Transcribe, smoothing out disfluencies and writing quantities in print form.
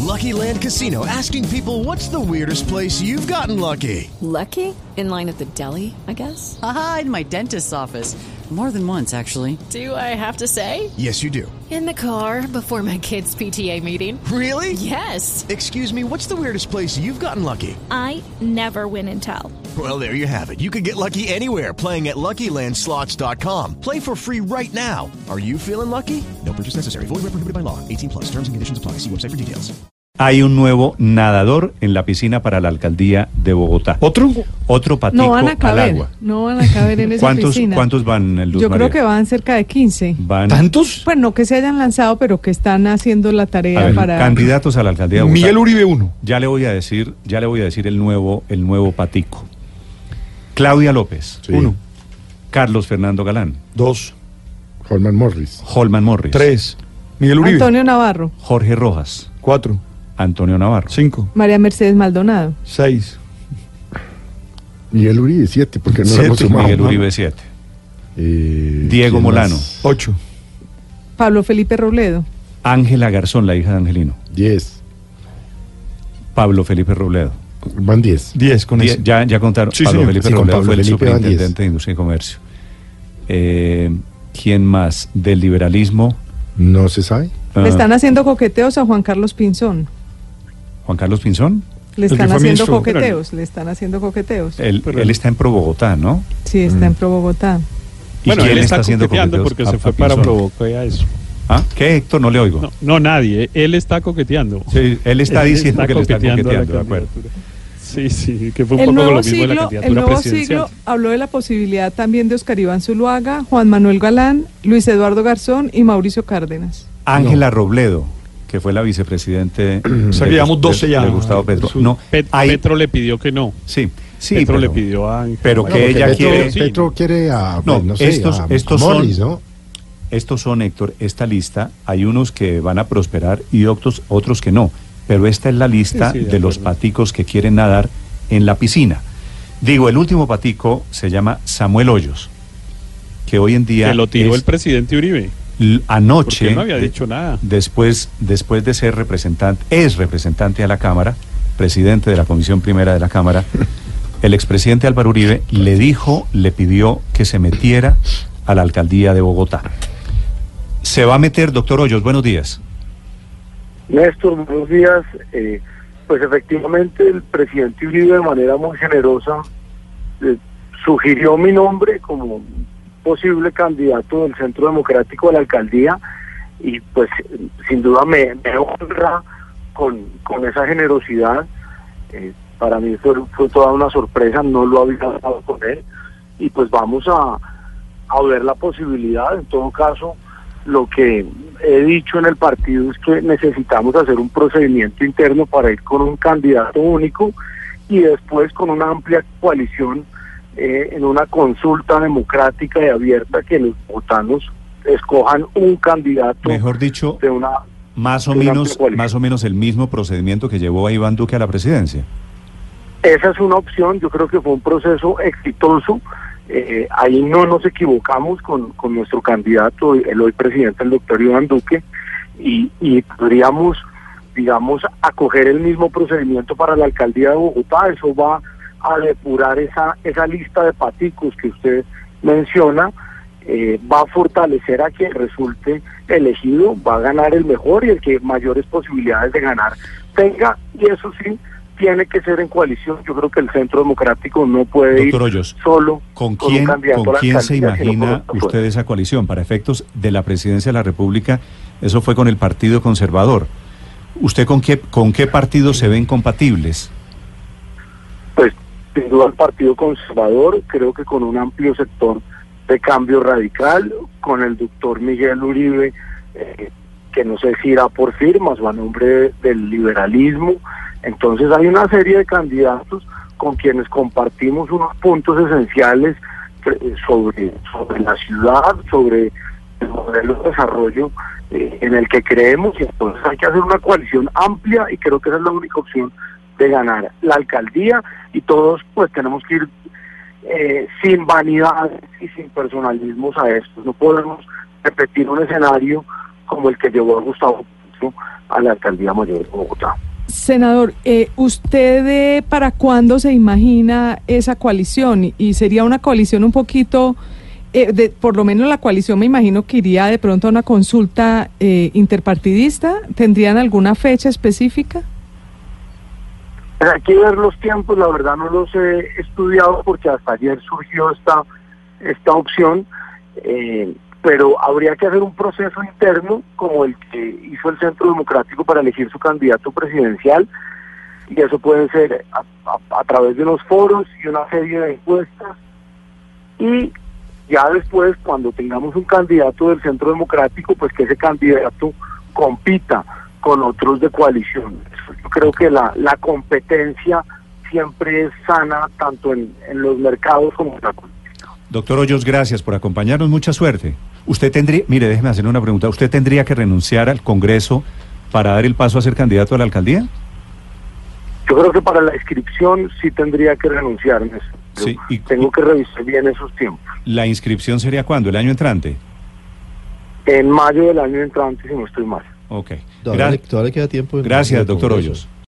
Lucky Land Casino, asking people, what's the weirdest place you've gotten lucky? Lucky? In line at the deli, I guess? Aha, in my dentist's office. More than once, actually. Do I have to say? Yes, you do. In the car before my kids' PTA meeting. Really? Yes. Excuse me, what's the weirdest place you've gotten lucky? I never win and tell. Well, there you have it. You can get lucky anywhere, playing at LuckyLandSlots.com. Play for free right now. Are you feeling lucky? No purchase necessary. Void where prohibited by law. 18+. Terms and conditions apply. See website for details. Hay un nuevo nadador en la piscina para la alcaldía de Bogotá. ¿Otro? Otro patico No van a caber, al agua. no van a caber en esa piscina. ¿Cuántos van, Luz Yo María? creo que van cerca de 15. ¿Tantos? Pues no que se hayan lanzado, pero que están haciendo la tarea A ver, para... candidatos a la alcaldía de Bogotá. Miguel Uribe 1. Ya le voy a decir el nuevo patico. Claudia López. Sí. 1. Carlos Fernando Galán. 2. Holman Morris. 3. Miguel Uribe. Antonio Navarro. Jorge Rojas. 4. Antonio Navarro. 5. María Mercedes Maldonado. 6. Miguel Uribe 7, porque no lo hemos 7. sumado. Miguel Uribe 7. Diego ¿quién Molano. más? 8. Pablo Felipe Robledo. Ángela Garzón, la hija de Angelino. 10. Pablo Felipe Robledo. Van 10. 10 con eso. Ya contaron. Sí, Pablo señor. Felipe Sí, con Robledo Pablo fue el Felipe van superintendente de Industria y Comercio. ¿Quién más? Del liberalismo. No se sabe. Le están haciendo coqueteos a Juan Carlos Pinzón. Juan Carlos Pinzón. Le El que están fue haciendo ministro. coqueteos, le están haciendo coqueteos. Él está en Pro Bogotá, ¿no? Sí, está en Pro Bogotá. ¿Y Bueno, quién él está haciendo coqueteando coqueteos porque a se fue para Pinzón? provocar a eso. ¿Ah? ¿Qué, Héctor? No le oigo. No, nadie. Él está coqueteando. Sí, él está diciendo que le está a la coqueteando, de acuerdo. candidatura. Sí, que fue un El poco nuevo, lo mismo de la siglo, candidatura el nuevo presidencial. siglo habló de la posibilidad también de Oscar Iván Zuluaga, Juan Manuel Galán, Luis Eduardo Garzón y Mauricio Cárdenas. Ángela Robledo, que fue la vicepresidente O sea que llevamos 12 ya. de Gustavo Petro. No, Petro le pidió que no. sí, Petro le pidió a Ángela. pero No, que porque ella quiere... Petro quiere a, No, no sé, estos a son- Morris, ¿no? Estos son, Héctor, esta lista, hay unos que van a prosperar y otros que no, pero esta es la lista Sí, de los acuerdo. paticos que quieren nadar en la piscina. Digo, el último patico se llama Samuel Hoyos, que hoy en día Que lo tiró es- el presidente Uribe. anoche, Porque él no había dicho nada. después de ser es representante de la Cámara, presidente de la Comisión Primera de la Cámara, el expresidente Álvaro Uribe le pidió que se metiera a la alcaldía de Bogotá. Se va a meter, doctor Hoyos, buenos días. Néstor, buenos días. Pues efectivamente el presidente Uribe de manera muy generosa sugirió mi nombre como posible candidato del Centro Democrático a la alcaldía y pues sin duda me honra con esa generosidad. Para mí fue toda una sorpresa, no lo había hablado con él y pues vamos a ver la posibilidad. En todo caso, lo que he dicho en el partido es que necesitamos hacer un procedimiento interno para ir con un candidato único y después con una amplia coalición en una consulta democrática y abierta que los bogotanos escojan un candidato. Mejor dicho, de una más o de una menos amplia coalición. más o menos el mismo procedimiento que llevó a Iván Duque a la presidencia. Esa es una opción, yo creo que fue un proceso exitoso. Ahí no nos equivocamos con nuestro candidato, el hoy presidente, el doctor Iván Duque, y podríamos, digamos, acoger el mismo procedimiento para la alcaldía de Bogotá. Eso va a depurar esa lista de paticos que usted menciona, va a fortalecer a quien resulte elegido, va a ganar el mejor y el que mayores posibilidades de ganar tenga, y eso sí, tiene que ser en coalición. Yo creo que el Centro Democrático no puede Doctor ir Hoyos, solo ¿Con un quién candidato a la se alcaldía, sino con imagina otra fuerza. usted esa coalición? Para efectos de la presidencia de la República, eso fue con el Partido Conservador. ¿Usted con qué partidos se ven compatibles? Pues sin duda el Partido Conservador, creo que con un amplio sector de Cambio Radical, con el doctor Miguel Uribe, que no sé si irá por firmas o a nombre del liberalismo. Entonces hay una serie de candidatos con quienes compartimos unos puntos esenciales sobre la ciudad, sobre el modelo de desarrollo en el que creemos, y entonces hay que hacer una coalición amplia y creo que esa es la única opción de ganar la alcaldía, y todos pues tenemos que ir sin vanidades y sin personalismos a esto. No podemos repetir un escenario como el que llevó a Gustavo candidato a la alcaldía mayor de Bogotá. Senador, ¿usted para cuándo se imagina esa coalición? ¿Y sería una coalición un poquito, por lo menos la coalición me imagino que iría de pronto a una consulta interpartidista? ¿Tendrían alguna fecha específica? Hay que ver los tiempos, la verdad no los he estudiado porque hasta ayer surgió esta opción, pero habría que hacer un proceso interno como el que hizo el Centro Democrático para elegir su candidato presidencial, y eso puede ser a través de unos foros y una serie de encuestas, y ya después, cuando tengamos un candidato del Centro Democrático, pues que ese candidato compita con otros de coalición. Yo creo que la competencia siempre es sana, tanto en los mercados como en la política. Doctor Hoyos, gracias por acompañarnos, mucha suerte. Usted tendría, mire, déjeme hacerle una pregunta, ¿usted tendría que renunciar al Congreso para dar el paso a ser candidato a la alcaldía? Yo creo que para la inscripción sí tendría que renunciar, Néstor. Sí, y tengo que revisar bien esos tiempos. ¿La inscripción sería cuándo? ¿El año entrante? En mayo del año entrante, si no estoy mal. Ok. Todavía queda tiempo. Gracias, doctor Hoyos.